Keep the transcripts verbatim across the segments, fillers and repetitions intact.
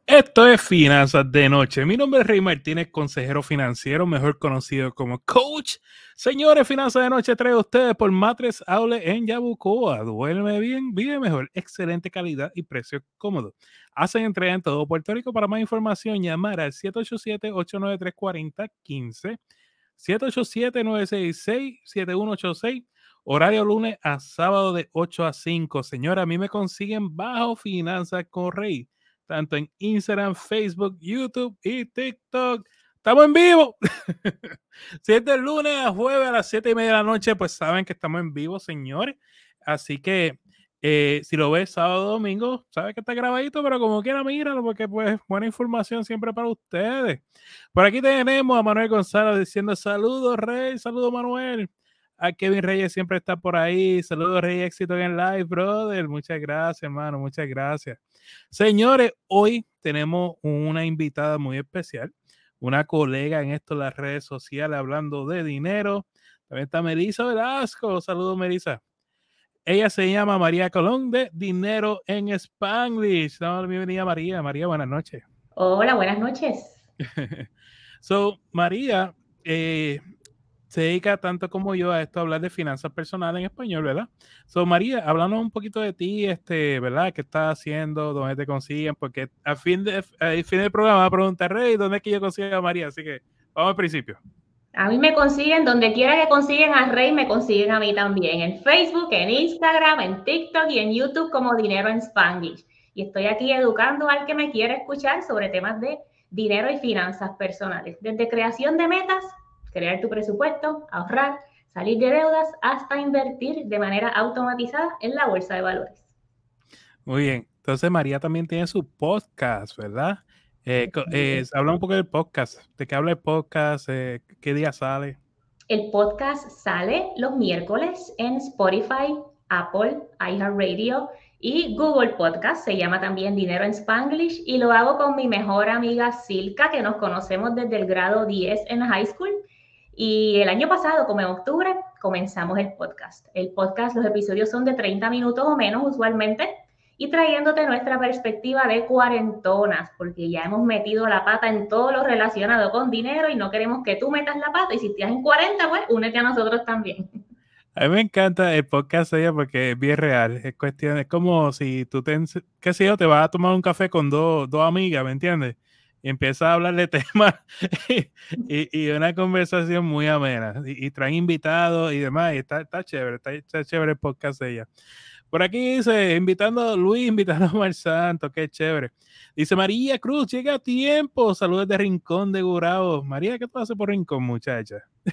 Esto es Finanzas de Noche. Mi nombre es Rey Martínez, consejero financiero, mejor conocido como Coach. Señores, Finanzas de Noche trae a ustedes por Matres Outlet en Yabucoa. Duerme bien, vive mejor, excelente calidad y precio cómodo. Hacen entrega en todo Puerto Rico. Para más información, llamar al siete ocho siete, ocho nueve tres, cuatro cero uno cinco, siete ocho siete, nueve seis seis, siete uno ocho seis. Horario lunes a sábado de ocho a cinco. Señora, a mí me consiguen bajo Finanzas con Rey, tanto en Instagram, Facebook, YouTube y TikTok. ¡Estamos en vivo! Si es del lunes a jueves a las siete y media de la noche, pues saben que estamos en vivo, señores. Así que eh, si lo ves sábado o domingo, sabes que está grabadito, pero como quiera, míralo, porque pues buena información siempre para ustedes. Por aquí tenemos a Manuel González diciendo saludos, Rey, saludos, Manuel. A Kevin Reyes siempre está por ahí. Saludos, Rey, éxito en live, brother. Muchas gracias, hermano, muchas gracias. Señores, hoy tenemos una invitada muy especial, una colega en esto de las redes sociales hablando de dinero. También está Melissa Velasco. Saludos, Melissa. Ella se llama María Colón de Dinero en Spanglish. Damos la bienvenida a María. María, buenas noches. Hola, buenas noches. So, María eh, se dedica tanto como yo a esto, a hablar de finanzas personales en español, ¿verdad? So, María, háblanos un poquito de ti, este, ¿verdad? ¿Qué estás haciendo? ¿Dónde te consiguen? Porque al fin, de, al fin del programa va a preguntar, Rey, ¿dónde es que yo consigo a María? Así que vamos al principio. A mí me consiguen, donde quiera que consiguen a Rey, me consiguen a mí también. En Facebook, en Instagram, en TikTok y en YouTube como Dinero en Spanglish. Y estoy aquí educando al que me quiere escuchar sobre temas de dinero y finanzas personales. Desde creación de metas, crear tu presupuesto, ahorrar, salir de deudas, hasta invertir de manera automatizada en la bolsa de valores. Muy bien. Entonces, María también tiene su podcast, ¿verdad? Eh, eh, habla un poco del podcast. ¿De qué habla el podcast? Eh, ¿Qué día sale? El podcast sale los miércoles en Spotify, Apple, iHeartRadio y Google Podcast. Se llama también Dinero en Spanglish y lo hago con mi mejor amiga Silka, que nos conocemos desde el grado diez en high school. Y el año pasado, como en octubre, comenzamos el podcast. El podcast, los episodios son de treinta minutos o menos usualmente, y trayéndote nuestra perspectiva de cuarentonas, porque ya hemos metido la pata en todo lo relacionado con dinero y no queremos que tú metas la pata, y si estás en cuarenta, pues únete a nosotros también. A mí me encanta el podcast de ella porque es bien real. Es cuestión, es como si tú te, qué sé yo, te vas a tomar un café con dos, dos amigas, ¿me entiendes? Y empiezas a hablar de temas y, y una conversación muy amena. Y, y traen invitados y demás. Y está, está chévere, está, está chévere el podcast de ella. Por aquí dice, invitando a Luis, invitando a Mar Santo, qué chévere. Dice María Cruz, llega a tiempo. Saludos de Rincón de Gurabo. María, ¿qué tú haces por Rincón, muchacha?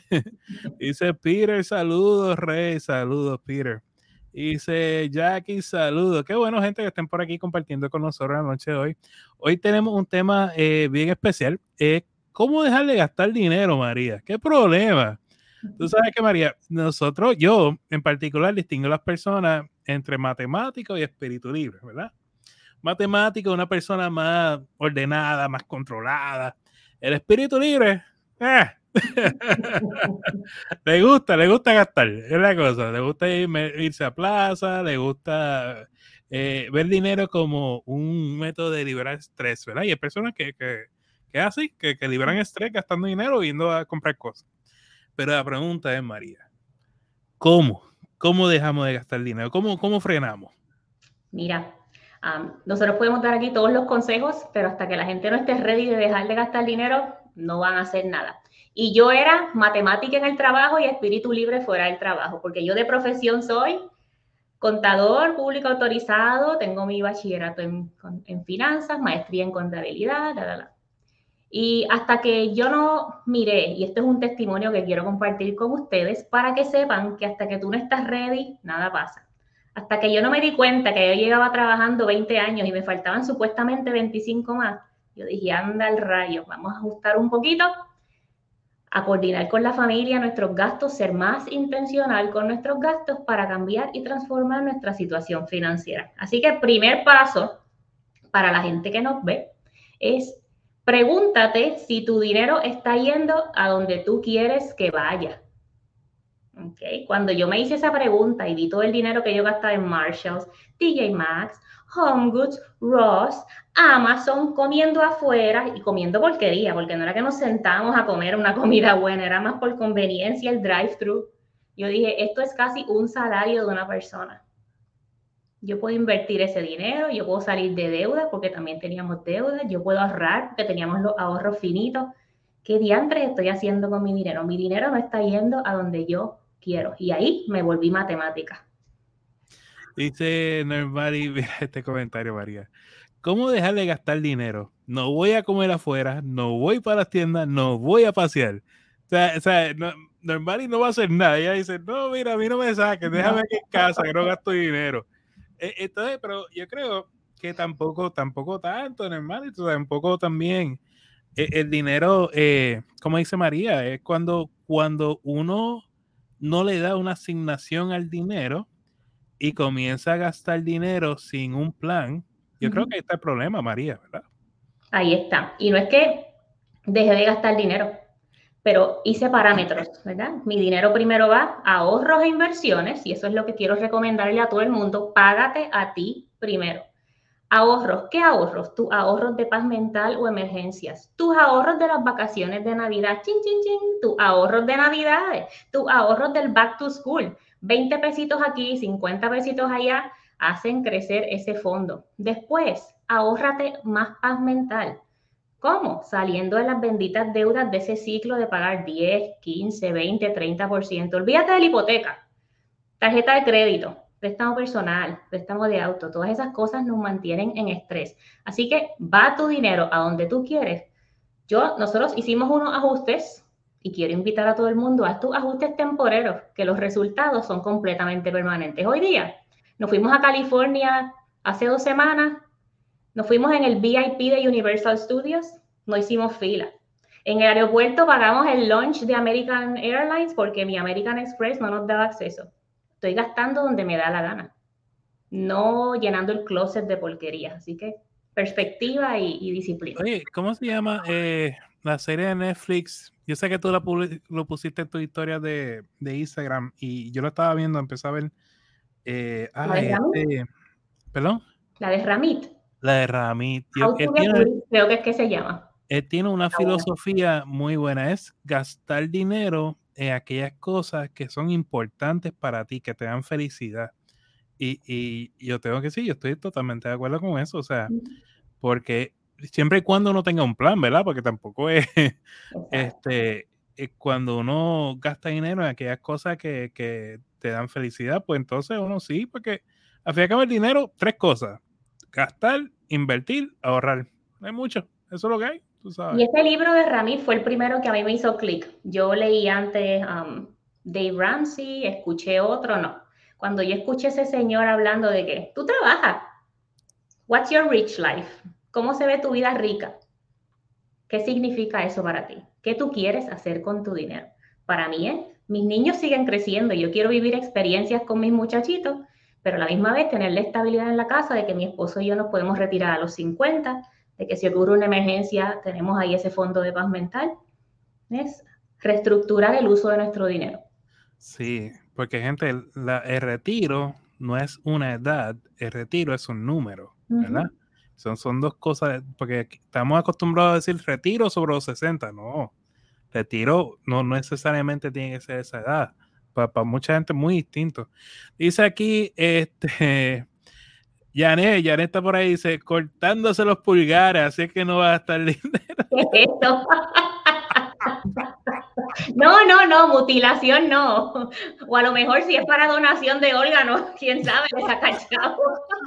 Dice Peter, saludos, Rey, saludos, Peter. Dice Jackie, saludos. Qué bueno, gente, que estén por aquí compartiendo con nosotros la noche de hoy. Hoy tenemos un tema eh, bien especial. Eh, ¿Cómo dejar de gastar dinero, María? ¿Qué problema? Tú sabes que, María, nosotros, yo en particular, distingo a las personas entre matemático y espíritu libre, ¿verdad? Matemático, una persona más ordenada, más controlada. El espíritu libre, eh. le gusta, le gusta gastar, es la cosa. Le gusta ir, irse a plaza, le gusta eh, ver dinero como un método de liberar estrés, ¿verdad? Y hay personas que, que, que así, que, que liberan estrés gastando dinero y yendo a comprar cosas. Pero la pregunta es, María, ¿cómo? ¿Cómo dejamos de gastar dinero? ¿Cómo, cómo frenamos? Mira, um, nosotros podemos dar aquí todos los consejos, pero hasta que la gente no esté ready de dejar de gastar dinero, no van a hacer nada. Y yo era matemática en el trabajo y espíritu libre fuera del trabajo, porque yo de profesión soy contador público autorizado, tengo mi bachillerato en, en finanzas, maestría en contabilidad, bla, bla, bla. Y hasta que yo no miré, y esto es un testimonio que quiero compartir con ustedes para que sepan que hasta que tú no estás ready, nada pasa. Hasta que yo no me di cuenta que yo llevaba trabajando veinte años y me faltaban supuestamente veinticinco más, yo dije, anda al rayo, vamos a ajustar un poquito, a coordinar con la familia nuestros gastos, ser más intencional con nuestros gastos para cambiar y transformar nuestra situación financiera. Así que el primer paso para la gente que nos ve es pregúntate si tu dinero está yendo a donde tú quieres que vaya. Okay. Cuando yo me hice esa pregunta y vi todo el dinero que yo gastaba en Marshalls, T J Maxx, Home Goods, Ross, Amazon, comiendo afuera y comiendo porquería, porque no era que nos sentamos a comer una comida buena, era más por conveniencia el drive-thru. Yo dije, esto es casi un salario de una persona. Yo puedo invertir ese dinero, yo puedo salir de deuda porque también teníamos deuda, yo puedo ahorrar porque teníamos los ahorros finitos. ¿Qué diantres estoy haciendo con mi dinero? Mi dinero no está yendo a donde yo quiero. Y ahí me volví matemática. Dice Normari, mira este comentario, María. ¿Cómo dejar de gastar dinero? No voy a comer afuera, no voy para las tiendas, no voy a pasear. O sea, o sea no, Normari no va a hacer nada. Ella dice, no, mira, a mí no me saques, déjame aquí en casa, que no gasto dinero. Entonces, pero yo creo que tampoco, tampoco tanto, Normari, tampoco también. El dinero, eh, como dice María, es cuando, cuando uno no le da una asignación al dinero y comienza a gastar dinero sin un plan. Yo uh-huh. creo que ahí está el problema, María, ¿verdad? Ahí está. Y no es que deje de gastar dinero, pero hice parámetros, ¿verdad? Mi dinero primero va a ahorros e inversiones, y eso es lo que quiero recomendarle a todo el mundo. Págate a ti primero. Ahorros. ¿Qué ahorros? Tus ahorros de paz mental o emergencias. Tus ahorros de las vacaciones de Navidad. Chin, chin, chin. Tus ahorros de Navidades. Tus ahorros del back to school. veinte pesitos aquí, cincuenta pesitos allá, hacen crecer ese fondo. Después, ahórrate más paz mental. ¿Cómo? Saliendo de las benditas deudas de ese ciclo de pagar diez, quince, veinte, treinta por ciento. Olvídate de la hipoteca, tarjeta de crédito, préstamo personal, préstamo de auto. Todas esas cosas nos mantienen en estrés. Así que va tu dinero a donde tú quieres. Yo, nosotros hicimos unos ajustes y quiero invitar a todo el mundo a estos ajustes temporeros, que los resultados son completamente permanentes. Hoy día nos fuimos a California hace dos semanas. Nos fuimos en el V I P de Universal Studios, no hicimos fila. En el aeropuerto pagamos el lunch de American Airlines porque mi American Express no nos daba acceso. Estoy gastando donde me da la gana, no llenando el closet de porquería. Así que perspectiva y, y disciplina. Oye, ¿cómo se llama eh, la serie de Netflix? Yo sé que tú la lo pusiste en tu historia de, de Instagram y yo lo estaba viendo, empecé a ver. Eh, ah, ¿La de este, ¿Perdón? La de Ramit. La de Ramit. Él tiene, creo que es que se llama. Él tiene una ah, filosofía bueno. muy buena, es gastar dinero en aquellas cosas que son importantes para ti, que te dan felicidad. Y, y yo tengo que decir, yo estoy totalmente de acuerdo con eso, o sea, porque siempre y cuando uno tenga un plan, ¿verdad? Porque tampoco es, este, es cuando uno gasta dinero en aquellas cosas que, que te dan felicidad, pues entonces uno sí, porque al fin y al cabo el dinero, tres cosas: gastar, invertir, ahorrar. No hay mucho, eso es lo que hay, tú sabes. Y este libro de Ramit fue el primero que a mí me hizo clic. Yo leí antes um, Dave Ramsey, escuché otro, no. Cuando yo escuché a ese señor hablando de que tú trabajas, what's your rich life? ¿Cómo se ve tu vida rica? ¿Qué significa eso para ti? ¿Qué tú quieres hacer con tu dinero? Para mí es, mis niños siguen creciendo, yo quiero vivir experiencias con mis muchachitos, pero a la misma vez tener la estabilidad en la casa de que mi esposo y yo nos podemos retirar a los cincuenta, de que si ocurre una emergencia tenemos ahí ese fondo de paz mental. Es reestructurar el uso de nuestro dinero. Sí, porque gente, la, el retiro no es una edad, el retiro es un número, ¿verdad? Uh-huh. Son, son dos cosas, porque estamos acostumbrados a decir retiro sobre los sesenta, no, retiro no, no necesariamente tiene que ser esa edad, para, para mucha gente es muy distinto. Dice aquí, este, Janet, Janet está por ahí, dice, cortándose los pulgares, así es que no va a estar dinero. ¿Qué es esto? No, no, no, mutilación no. O a lo mejor si es para donación de órganos, quién sabe, le saca el chavo.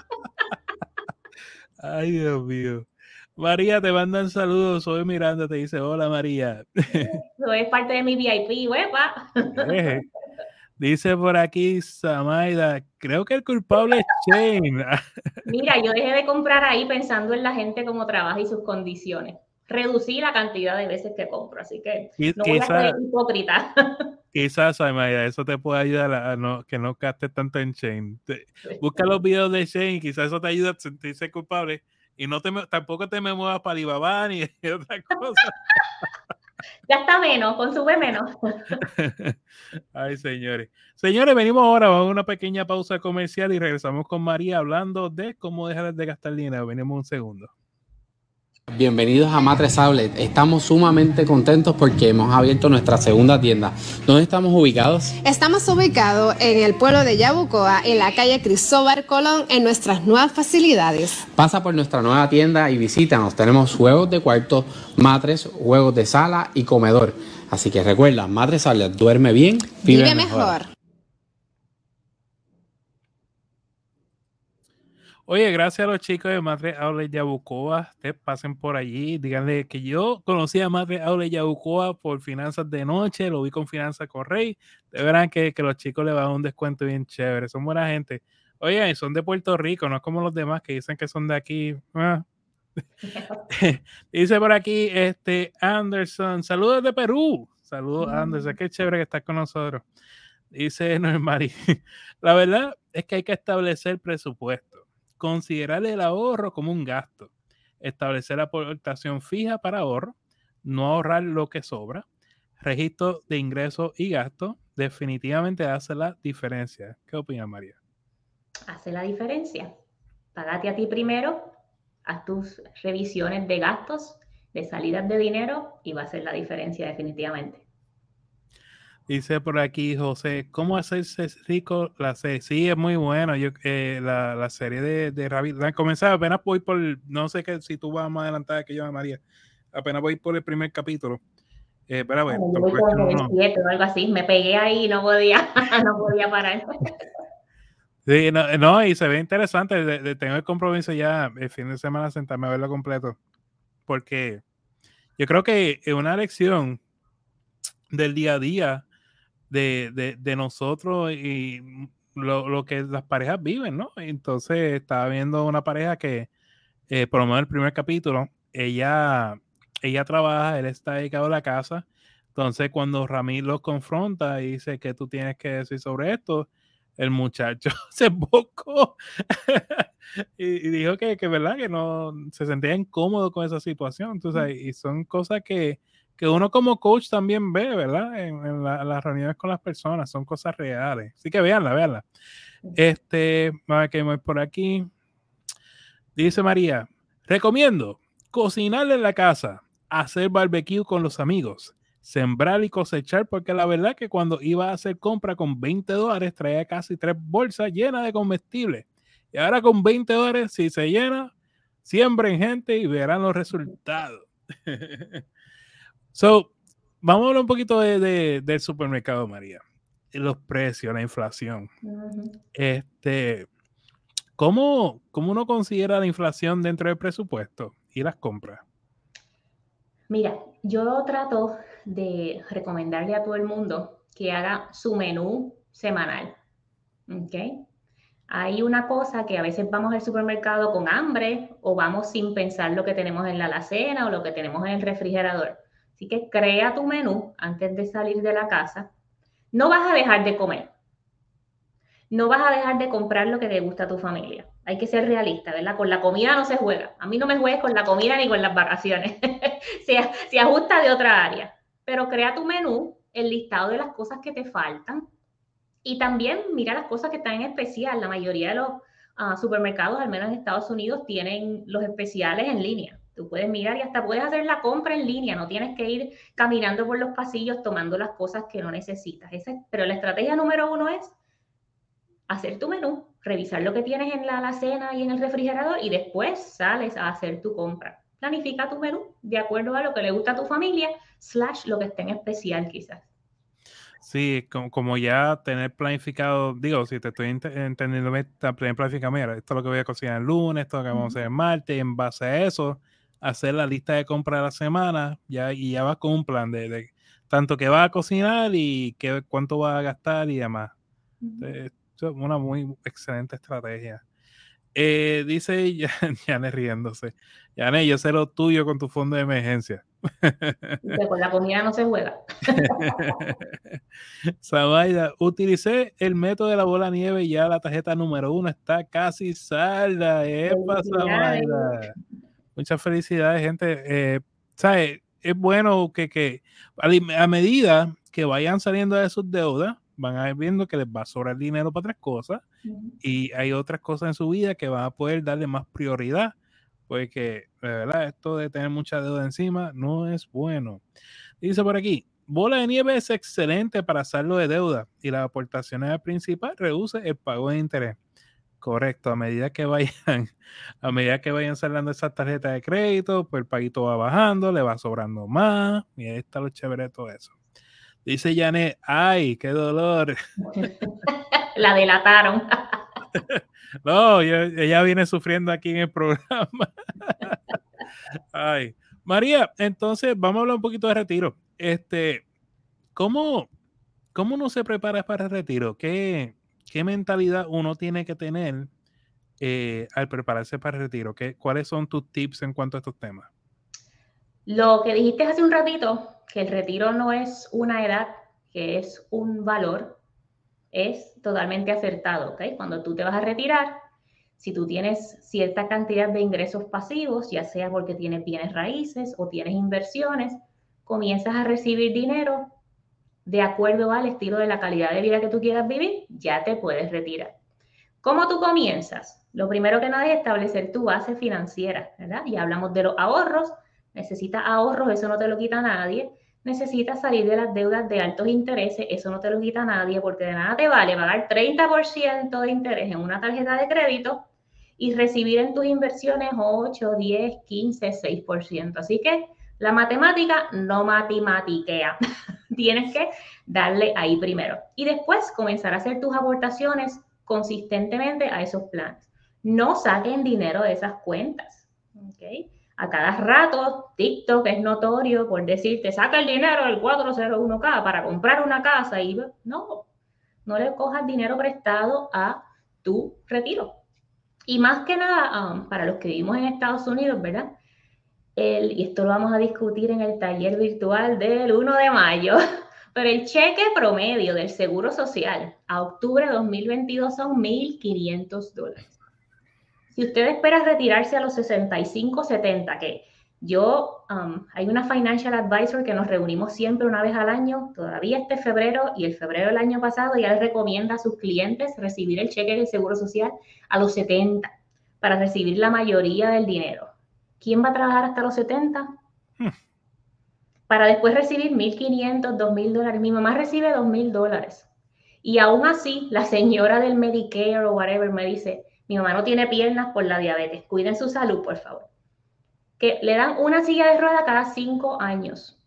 Ay, Dios mío. María, te mandan saludos. Soy Miranda, te dice, hola María. Eso es parte de mi V I P, huepa. Eh, dice por aquí Samaida, creo que el culpable es Shane. Mira, yo dejé de comprar ahí pensando en la gente cómo trabaja y sus condiciones. Reducí la cantidad de veces que compro, así que no voy quizá, a ser hipócrita. Quizás, Samaida, eso te puede ayudar a, a no, que no gastes tanto en Shane. Te, busca los videos de Shane y quizás eso te ayuda a sentirse culpable y no te, tampoco te me muevas para Alibaba ni otra cosa. Gasta menos, consume menos. Ay, señores. Señores, venimos ahora a una pequeña pausa comercial y regresamos con María hablando de cómo dejar de gastar dinero. Venimos un segundo. Bienvenidos a Matres Outlet. Estamos sumamente contentos porque hemos abierto nuestra segunda tienda. ¿Dónde estamos ubicados? Estamos ubicados en el pueblo de Yabucoa, en la calle Cristóbal Colón, en nuestras nuevas facilidades. Pasa por nuestra nueva tienda y visítanos. Tenemos juegos de cuarto, matres, juegos de sala y comedor. Así que recuerda, Matres Outlet, duerme bien, vive, Vive mejor. mejor. Oye, gracias a los chicos de Matres Outlet Yabucoa. Ustedes pasen por allí. Díganle que yo conocí a Matres Outlet Yabucoa por Finanzas de Noche. Lo vi con Finanzas Correy. De verdad que, que los chicos le van a dar un descuento bien chévere. Son buena gente. Oye, son de Puerto Rico, no es como los demás que dicen que son de aquí. Ah. Dice por aquí este Anderson. Saludos de Perú. Saludos, Anderson. Qué chévere que estás con nosotros. Dice Normari. La verdad es que hay que establecer presupuesto. Considerar el ahorro como un gasto, establecer la aportación fija para ahorro, no ahorrar lo que sobra, registro de ingresos y gastos, definitivamente hace la diferencia. ¿Qué opinas, María? Hace la diferencia. Págate a ti primero, haz tus revisiones de gastos, de salidas de dinero y va a hacer la diferencia definitivamente. Dice por aquí José, ¿cómo hacerse rico? La serie, sí, es muy bueno. Yo, eh, la, la serie de, de Rabbit, la he comenzado, apenas voy por, no sé qué, si tú vas más adelantada que yo, María, apenas voy por el primer capítulo. Eh, pero bueno, bueno, yo voy por el siete o algo así, me pegué ahí y no podía, no podía parar. Sí, no, no, y se ve interesante. De, de, tengo el compromiso ya el fin de semana sentarme a verlo completo, porque yo creo que es una lección del día a día de, de, de nosotros y lo, lo que las parejas viven, ¿no? Entonces estaba viendo una pareja que, eh, por lo menos el primer capítulo, ella, ella trabaja, él está dedicado a la casa. Entonces cuando Ramil los confronta y dice que tú tienes que decir sobre esto, el muchacho se embocó y, y dijo que, que verdad que no se sentía incómodo con esa situación. Entonces, y son cosas que que uno como coach también ve, ¿verdad? En, en, la, en las reuniones con las personas, son cosas reales. Así que véanla, véanla. Este, a ver que voy por aquí. Dice María, recomiendo cocinarle en la casa, hacer barbecue con los amigos, sembrar y cosechar, porque la verdad que cuando iba a hacer compra con veinte dólares, traía casi tres bolsas llenas de comestibles. Y ahora con veinte dólares, si se llena, siembren gente y verán los resultados. So, vamos a hablar un poquito de, de, del supermercado, María. Los precios, la inflación. Uh-huh. Este, ¿cómo, ¿Cómo uno considera la inflación dentro del presupuesto y las compras? Mira, yo trato de recomendarle a todo el mundo que haga su menú semanal. ¿Ok? Hay una cosa que a veces vamos al supermercado con hambre o vamos sin pensar lo que tenemos en la alacena o lo que tenemos en el refrigerador. Así que crea tu menú antes de salir de la casa. No vas a dejar de comer. No vas a dejar de comprar lo que te gusta a tu familia. Hay que ser realista, ¿verdad? Con la comida no se juega. A mí no me juegues con la comida ni con las vacaciones. se, se ajusta de otra área. Pero crea tu menú, el listado de las cosas que te faltan. Y también mira las cosas que están en especial. La mayoría de los uh, supermercados, al menos en Estados Unidos, tienen los especiales en línea. Tú puedes mirar y hasta puedes hacer la compra en línea. No tienes que ir caminando por los pasillos tomando las cosas que no necesitas. Esa, pero la estrategia número uno es hacer tu menú, revisar lo que tienes en la alacena y en el refrigerador y después sales a hacer tu compra. Planifica tu menú de acuerdo a lo que le gusta a tu familia, slash lo que esté en especial quizás. Sí, como, como ya tener planificado, digo, si te estoy ent entendiendo, tener planificado, mira, esto es lo que voy a cocinar el lunes, esto es lo que vamos a hacer el martes, y en base a eso, hacer la lista de compra de la semana, ya, y ya vas con un plan de, de tanto que vas a cocinar y que, cuánto vas a gastar y demás. Uh-huh. Es una muy excelente estrategia. Eh, dice Yane riéndose, Yane, yo sé lo tuyo con tu fondo de emergencia. Que con la comida no se juega. Samaida, utilicé el método de la bola nieve y ya la tarjeta número uno está casi salda. ¡Epa, Samaida! Muchas felicidades, gente. Eh, ¿sabes? es bueno que, que a medida que vayan saliendo de sus deudas, van a ir viendo que les va a sobrar dinero para otras cosas uh-huh. y hay otras cosas en su vida que van a poder darle más prioridad, porque de verdad esto de tener mucha deuda encima no es bueno. Dice por aquí, bola de nieve es excelente para saldo de deuda y las aportaciones principal reduce el pago de interés. Correcto, a medida que vayan, a medida que vayan saliendo esas tarjetas de crédito, pues el paguito va bajando, le va sobrando más, y ahí está lo chévere de todo eso. Dice Janet, ay, qué dolor. La delataron. No, ella, ella viene sufriendo aquí en el programa. Ay, María, entonces vamos a hablar un poquito de retiro. Este, ¿cómo, cómo uno se prepara para el retiro? ¿Qué, qué mentalidad uno tiene que tener eh, al prepararse para el retiro? ¿Qué, ¿Cuáles son tus tips en cuanto a estos temas? Lo que dijiste hace un ratito, que el retiro no es una edad, que es un valor, es totalmente acertado, ¿ok? Cuando tú te vas a retirar, si tú tienes cierta cantidad de ingresos pasivos, ya sea porque tienes bienes raíces o tienes inversiones, comienzas a recibir dinero de acuerdo al estilo de la calidad de vida que tú quieras vivir, ya te puedes retirar. ¿Cómo tú comienzas? Lo primero que nada es establecer tu base financiera, ¿verdad? Ya hablamos de los ahorros. Necesitas ahorros, eso no te lo quita nadie. Necesitas salir de las deudas de altos intereses, eso no te lo quita nadie, porque de nada te vale pagar treinta por ciento de interés en una tarjeta de crédito y recibir en tus inversiones ocho, diez, quince, seis por ciento. Así que la matemática no matematiquea. Tienes que darle ahí primero. Y después comenzar a hacer tus aportaciones consistentemente a esos planes. No saquen dinero de esas cuentas, ¿ok? A cada rato, TikTok es notorio por decirte, saca el dinero del cuatro cero uno K para comprar una casa. Y no, no le cojas dinero prestado a tu retiro. Y más que nada, um, para los que vivimos en Estados Unidos, ¿verdad? El, y esto lo vamos a discutir en el taller virtual del uno de mayo, pero el cheque promedio del Seguro Social a octubre de dos mil veintidós son mil quinientos dólares. Si usted espera retirarse a los sesenta y cinco, setenta, que yo, um, hay una financial advisor que nos reunimos siempre una vez al año, todavía este febrero y el febrero del año pasado, ya les recomienda a sus clientes recibir el cheque del Seguro Social a los setenta para recibir la mayoría del dinero. ¿Quién va a trabajar hasta los setenta? Hmm. Para después recibir mil quinientos, dos mil dólares. Mi mamá recibe dos mil dólares. Y aún así, la señora del Medicare o whatever me dice, mi mamá no tiene piernas por la diabetes. Cuiden su salud, por favor. Que le dan una silla de ruedas cada cinco años.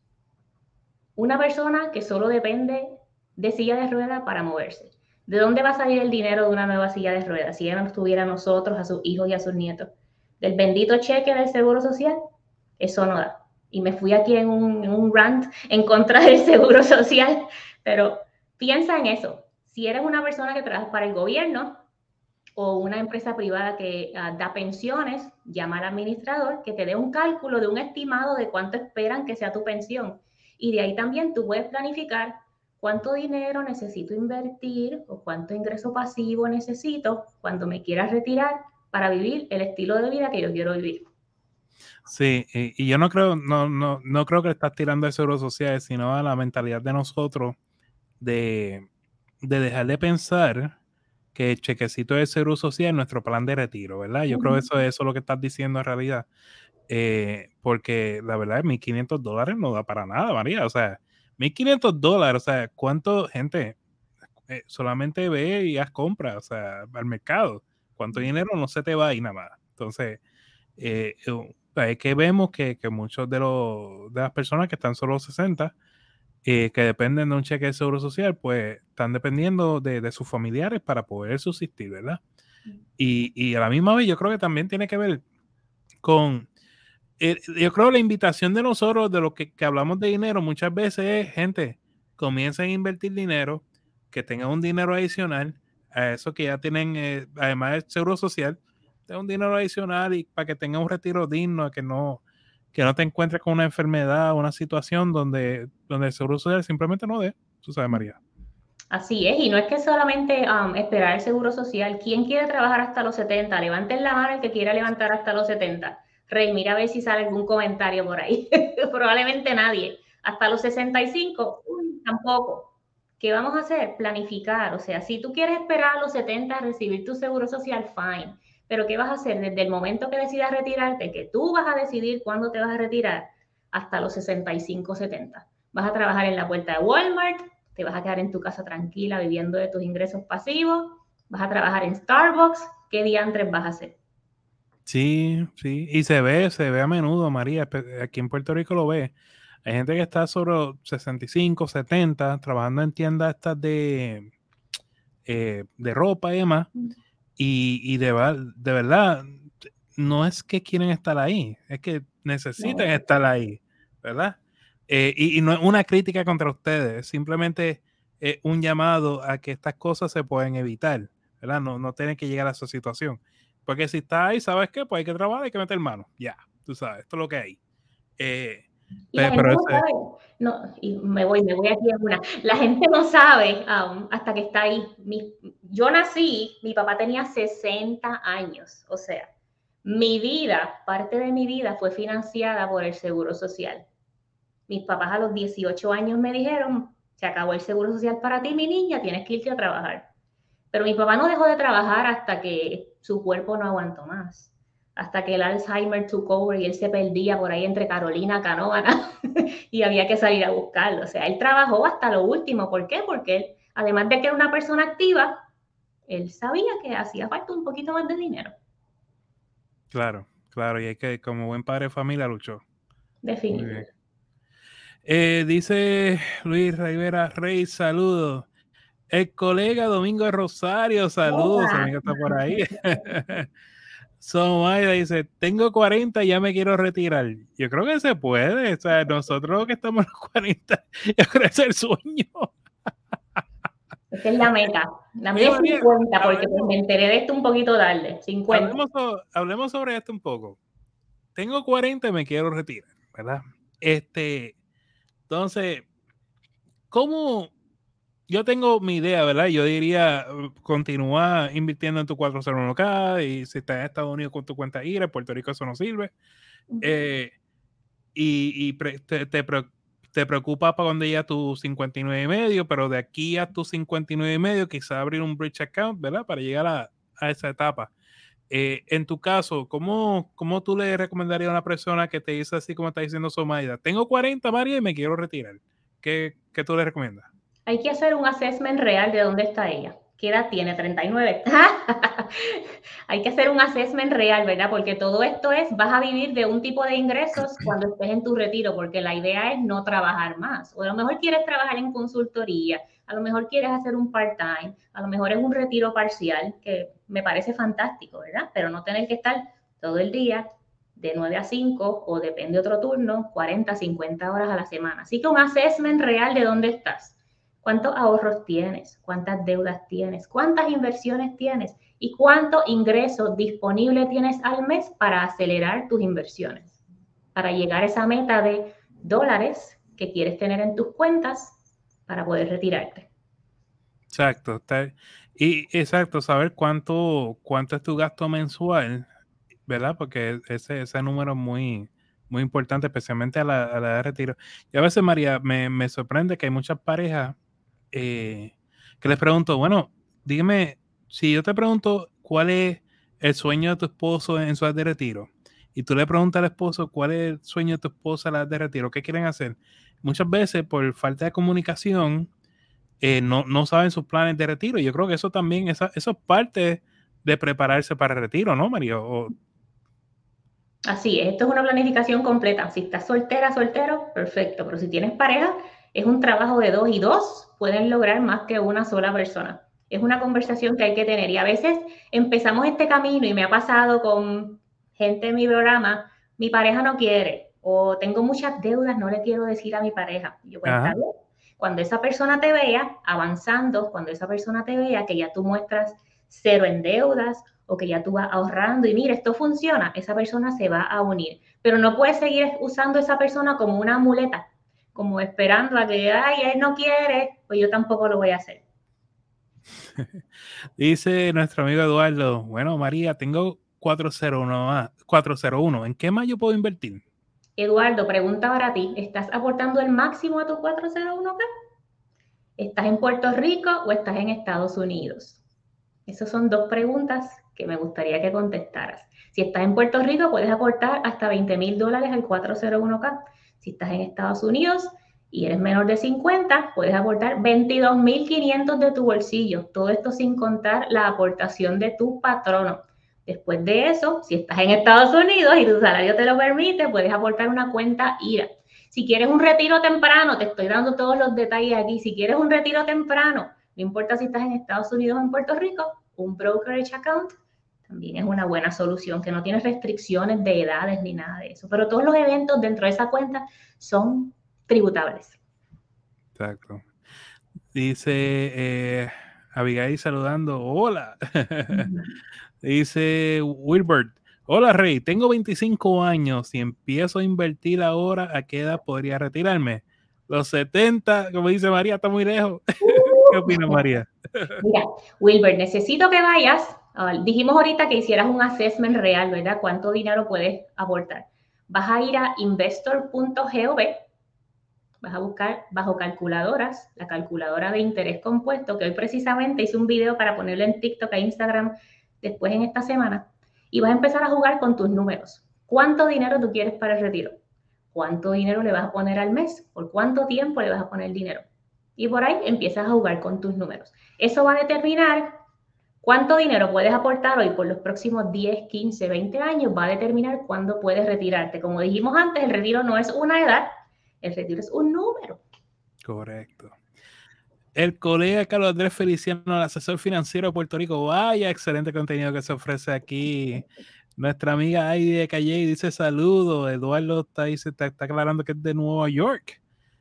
Una persona que solo depende de silla de ruedas para moverse. ¿De dónde va a salir el dinero de una nueva silla de ruedas? Si ella no estuviera a nosotros, a sus hijos y a sus nietos. Del bendito cheque del Seguro Social, eso no da. Y me fui aquí en un, en un rant en contra del Seguro Social. Pero piensa en eso. Si eres una persona que trabaja para el gobierno, o una empresa privada que uh, da pensiones, llama al administrador que te dé un cálculo de un estimado de cuánto esperan que sea tu pensión. Y de ahí también tú puedes planificar cuánto dinero necesito invertir o cuánto ingreso pasivo necesito cuando me quiera retirar para vivir el estilo de vida que yo quiero vivir. Sí, y, y yo no creo, no, no, no creo que estás tirando el Seguro Social, sino a la mentalidad de nosotros de, de dejar de pensar que el chequecito del Seguro Social es nuestro plan de retiro, ¿verdad? Yo uh-huh. creo que eso, eso es lo que estás diciendo en realidad, eh, porque la verdad mil quinientos dólares no da para nada, María, o sea, mil quinientos dólares, o sea, ¿cuánto, gente, eh, solamente ve y haz compras, o sea, al mercado, cuánto dinero no se te va ahí nada más? Entonces, eh, es que vemos que, que muchos de, los, de las personas que están solo sesenta, Eh, que dependen de un cheque de Seguro Social, pues están dependiendo de, de sus familiares para poder subsistir, ¿verdad? Y, y a la misma vez yo creo que también tiene que ver con, eh, yo creo la invitación de nosotros, de lo que, que hablamos de dinero, muchas veces es, gente, comiencen a invertir dinero, que tengan un dinero adicional a eso que ya tienen, eh, además del Seguro Social, tengan un dinero adicional y para que tengan un retiro digno, que no... que no te encuentres con una enfermedad o una situación donde, donde el Seguro Social simplemente no dé, tú sabes, María. Así es, y no es que solamente um, esperar el Seguro Social. ¿Quién quiere trabajar hasta los setenta? Levanten la mano el que quiera levantar hasta los setenta. Rey, mira a ver si sale algún comentario por ahí. Probablemente nadie. Hasta los sesenta y cinco, uy, tampoco. ¿Qué vamos a hacer? Planificar. O sea, si tú quieres esperar a los setenta a recibir tu seguro social, fine. Pero ¿qué vas a hacer desde el momento que decidas retirarte? Que tú vas a decidir cuándo te vas a retirar hasta los sesenta y cinco, setenta. Vas a trabajar en la puerta de Walmart, te vas a quedar en tu casa tranquila viviendo de tus ingresos pasivos, vas a trabajar en Starbucks. ¿Qué diantres vas a hacer? Sí, sí, y se ve, se ve a menudo, María, aquí en Puerto Rico lo ve. Hay gente que está sobre sesenta y cinco, setenta, trabajando en tiendas estas de, eh, de ropa y demás, y, y de, de verdad, no es que quieren estar ahí, es que necesitan no. estar ahí, ¿verdad? Eh, y, y no es una crítica contra ustedes, simplemente eh, un llamado a que estas cosas se pueden evitar, ¿verdad? No, no tienen que llegar a esa situación. Porque si está ahí, ¿sabes qué? Pues hay que trabajar, hay que meter mano. Ya, tú sabes, esto es lo que hay. Eh, y la gente no sabe, no, y me voy, me voy aquí en una. La gente no sabe um, hasta que está ahí. Mi, yo nací, mi papá tenía sesenta años, o sea, mi vida, parte de mi vida fue financiada por el Seguro Social. Mis papás a los dieciocho años me dijeron, se acabó el Seguro Social para ti, mi niña, tienes que irte a trabajar. Pero mi papá no dejó de trabajar hasta que su cuerpo no aguantó más, hasta que el Alzheimer took over y él se perdía por ahí entre Carolina, Canóvana, y había que salir a buscarlo. O sea, él trabajó hasta lo último. ¿Por qué? Porque él, además de que era una persona activa, él sabía que hacía falta un poquito más de dinero. Claro, claro, y hay que, como buen padre de familia, luchó. Definitivamente. Eh, dice Luis Rivera Rey, saludos. El colega Domingo de Rosario, saludos, Hola. amigo está por ahí. Somaida dice, tengo cuarenta y ya me quiero retirar. Yo creo que se puede, o sea, nosotros que estamos en los cuarenta, yo creo que es el sueño. Esa es la meta. La meta es cincuenta, porque hablemos, me enteré de esto un poquito tarde. cincuenta. Hablemos sobre, hablemos sobre esto un poco. Tengo cuarenta y me quiero retirar, ¿verdad? Este, entonces, ¿cómo? Yo tengo mi idea, ¿verdad? Yo diría, continúa invirtiendo en tu cuatro cero uno K y si estás en Estados Unidos con tu cuenta I R A, en Puerto Rico eso no sirve. Uh-huh. Eh, y y pre, te, te, te preocupa para cuando llega tu cincuenta y nueve y medio, pero de aquí a tu cincuenta y nueve y medio quizá abrir un bridge account, ¿verdad? Para llegar a, a esa etapa. Eh, en tu caso, ¿cómo, ¿cómo tú le recomendarías a una persona que te dice así como está diciendo Somaida? Tengo cuarenta, María, y me quiero retirar. ¿Qué, qué tú le recomiendas? Hay que hacer un assessment real de dónde está ella. ¿Qué edad tiene? treinta y nueve. Hay que hacer un assessment real, ¿verdad? Porque todo esto es, vas a vivir de un tipo de ingresos cuando estés en tu retiro, porque la idea es no trabajar más. O a lo mejor quieres trabajar en consultoría, a lo mejor quieres hacer un part-time, a lo mejor es un retiro parcial, que me parece fantástico, ¿verdad? Pero no tener que estar todo el día de nueve a cinco o depende de otro turno, cuarenta, cincuenta horas a la semana. Así que un assessment real de dónde estás. ¿Cuántos ahorros tienes? ¿Cuántas deudas tienes? ¿Cuántas inversiones tienes? ¿Y cuánto ingreso disponible tienes al mes para acelerar tus inversiones? Para llegar a esa meta de dólares que quieres tener en tus cuentas para poder retirarte. Exacto. Está, y exacto, saber cuánto, cuánto es tu gasto mensual, ¿verdad? Porque ese, ese número es muy, muy importante, especialmente a la, a la edad de retiro. Y a veces, María, me, me sorprende que hay muchas parejas Eh, que les pregunto, bueno, dígame, si yo te pregunto cuál es el sueño de tu esposo en su edad de retiro, y tú le preguntas al esposo cuál es el sueño de tu esposa en la edad de retiro, ¿qué quieren hacer? Muchas veces, por falta de comunicación, eh, no, no saben sus planes de retiro. Yo creo que eso también, esa, eso es parte de prepararse para el retiro, ¿no, María? O... Así es, esto es una planificación completa. Si estás soltera, soltero, perfecto, pero si tienes pareja, es un trabajo de dos y dos pueden lograr más que una sola persona. Es una conversación que hay que tener y a veces empezamos este camino y me ha pasado con gente en mi programa, mi pareja no quiere o tengo muchas deudas, no le quiero decir a mi pareja. Yo, pues, está bien. Cuando esa persona te vea avanzando, cuando esa persona te vea que ya tú muestras cero en deudas o que ya tú vas ahorrando y mira, esto funciona, esa persona se va a unir. Pero no puedes seguir usando a esa persona como una muleta, como esperando a que, ay, él no quiere, pues yo tampoco lo voy a hacer. Dice nuestro amigo Eduardo, bueno, María, tengo cuatro cero uno. ¿En qué más yo puedo invertir? Eduardo, pregunta para ti. ¿Estás aportando el máximo a tu cuatro cero uno K? ¿Estás en Puerto Rico o estás en Estados Unidos? Esas son dos preguntas que me gustaría que contestaras. Si estás en Puerto Rico, puedes aportar hasta veinte mil dólares al cuatro cero uno K. Si estás en Estados Unidos y eres menor de cincuenta, puedes aportar veintidós mil quinientos de tu bolsillo. Todo esto sin contar la aportación de tu patrono. Después de eso, si estás en Estados Unidos y tu salario te lo permite, puedes aportar una cuenta I R A. Si quieres un retiro temprano, te estoy dando todos los detalles aquí. Si quieres un retiro temprano, no importa si estás en Estados Unidos o en Puerto Rico, un brokerage account también es una buena solución, que no tiene restricciones de edades ni nada de eso. Pero todos los eventos dentro de esa cuenta son tributables. Exacto. Dice eh, Abigail saludando. Hola. Uh-huh. Dice Wilbert. Hola Rey, tengo veinticinco años y empiezo a invertir ahora. ¿A qué edad podría retirarme? Los setenta, como dice María, está muy lejos. ¿Qué opinas, María? Mira, Wilbert, necesito que vayas. Uh, dijimos ahorita que hicieras un assessment real, ¿verdad? ¿Cuánto dinero puedes aportar? Vas a ir a investor punto gov, vas a buscar bajo calculadoras, la calculadora de interés compuesto, que hoy precisamente hice un video para ponerlo en TikTok e Instagram después en esta semana, y vas a empezar a jugar con tus números. ¿Cuánto dinero tú quieres para el retiro? ¿Cuánto dinero le vas a poner al mes? ¿Por cuánto tiempo le vas a poner el dinero? Y por ahí empiezas a jugar con tus números. Eso va a determinar cuánto dinero puedes aportar hoy por los próximos diez, quince, veinte años. Va a determinar cuándo puedes retirarte. Como dijimos antes, el retiro no es una edad, el retiro es un número. Correcto. El colega Carlos Andrés Feliciano, el asesor financiero de Puerto Rico. Vaya, excelente contenido que se ofrece aquí. Nuestra amiga Heidi de Calle dice saludos. Eduardo está, dice, está, está aclarando que es de Nueva York.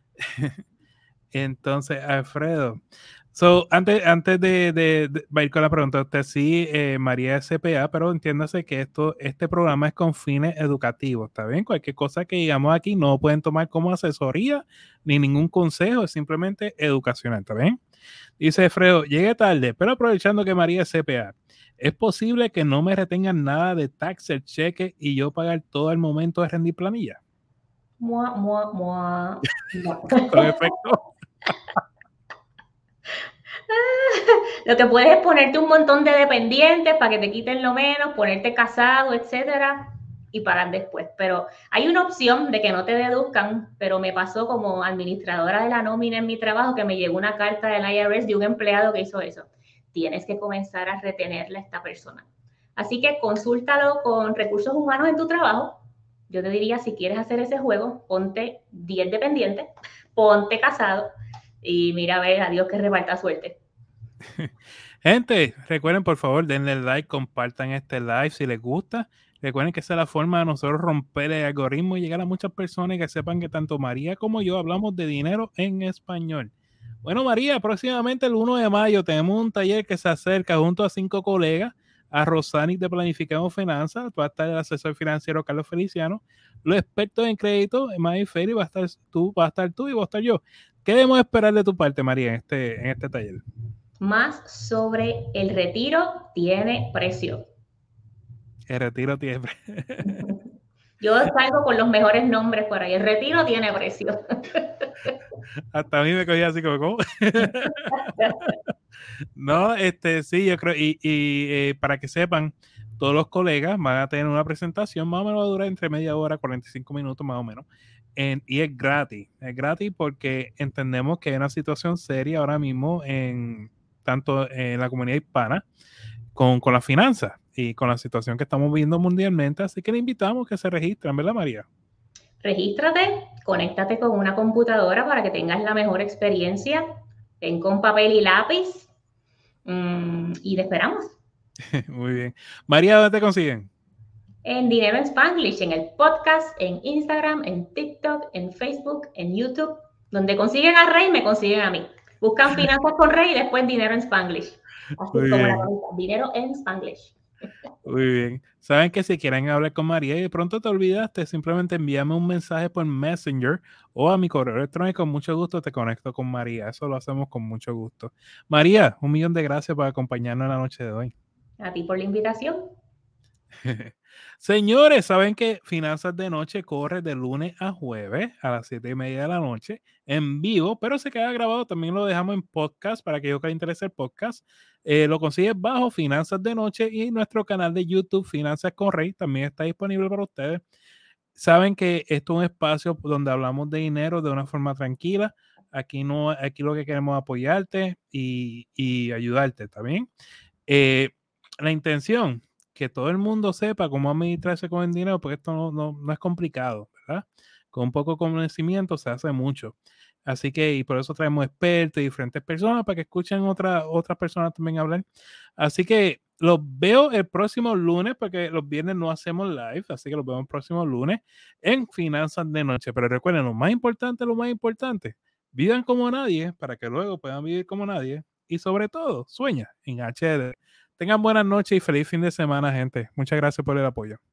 Entonces, Alfredo. So, antes, antes de, de, de ir con la pregunta, usted sí, eh, María es C P A, pero entiéndase que esto, este programa es con fines educativos, ¿está bien? Cualquier cosa que digamos aquí no pueden tomar como asesoría ni ningún consejo, es simplemente educacional, ¿está bien? Dice Alfredo, llegué tarde, pero aprovechando que María es C P A, ¿es posible que no me retengan nada de tax el cheque y yo pagar todo el momento de rendir planilla? Mua, mua, mua. Con efecto. Lo que puedes es ponerte un montón de dependientes para que te quiten lo menos, ponerte casado, etcétera, y pagar después. Pero hay una opción de que no te deduzcan, pero me pasó como administradora de la nómina en mi trabajo que me llegó una carta del I R S de un empleado que hizo eso. Tienes que comenzar a retenerle a esta persona. Así que consúltalo con recursos humanos en tu trabajo. Yo te diría, si quieres hacer ese juego, ponte diez dependientes, ponte casado y mira a ver a Dios que reparta suerte. Gente, recuerden por favor, denle like, compartan este live si les gusta. Recuerden que esa es la forma de nosotros romper el algoritmo y llegar a muchas personas que sepan que tanto María como yo hablamos de dinero en español. Bueno, María, próximamente el uno de mayo tenemos un taller que se acerca junto a cinco colegas, a Rosanic de Planificamos Finanzas, va a estar el asesor financiero Carlos Feliciano, los expertos en crédito, May Ferry, va a estar tú, va a estar tú y va a estar yo. ¿Qué debemos esperar de tu parte, María, en este, en este taller? Más sobre el retiro tiene precio. El retiro tiene precio. Yo salgo con los mejores nombres por ahí. El retiro tiene precio. Hasta a mí me cogía así como, ¿cómo? No, este, sí, yo creo, y, y eh, para que sepan, todos los colegas van a tener una presentación, más o menos va a durar entre media hora, cuarenta y cinco minutos más o menos, en, y es gratis, es gratis porque entendemos que hay una situación seria ahora mismo en tanto en la comunidad hispana con, con las finanzas y con la situación que estamos viviendo mundialmente, así que le invitamos que se registren, ¿verdad, María? Regístrate, conéctate con una computadora para que tengas la mejor experiencia, ven con papel y lápiz mmm, y te esperamos. Muy bien. María, ¿dónde te consiguen? En Dinero en Spanglish, en el podcast, en Instagram, en TikTok, en Facebook, en YouTube. Donde consiguen a Rey, me consiguen a mí. Buscan Finanzas con Rey y después Dinero en Spanglish. Así Muy como bien. la pregunta, Dinero en Spanglish. Muy bien. Saben que si quieren hablar con María y de pronto te olvidaste, simplemente envíame un mensaje por Messenger o a mi correo electrónico. Con mucho gusto te conecto con María. Eso lo hacemos con mucho gusto. María, un millón de gracias por acompañarnos en la noche de hoy. A ti por la invitación. Señores, saben que Finanzas de Noche corre de lunes a jueves a las siete y media de la noche en vivo, pero se queda grabado. También lo dejamos en podcast para aquellos que les interese el podcast. Eh, lo consigues bajo Finanzas de Noche y nuestro canal de YouTube, Finanzas con Rey, también está disponible para ustedes. Saben que esto es un espacio donde hablamos de dinero de una forma tranquila. Aquí, no, aquí lo que queremos es apoyarte y, y ayudarte, ¿está bien? Eh, la intención, que todo el mundo sepa cómo administrarse con el dinero, porque esto no, no, no es complicado, ¿verdad? Con un poco de conocimiento se hace mucho. Así que, y por eso traemos expertos y diferentes personas para que escuchen otra, otras personas también hablar. Así que los veo el próximo lunes, porque los viernes no hacemos live, así que los vemos el próximo lunes en Finanzas de Noche. Pero recuerden, lo más importante, lo más importante, vivan como nadie para que luego puedan vivir como nadie. Y sobre todo, sueña en H D. Tengan buenas noches y feliz fin de semana, gente. Muchas gracias por el apoyo.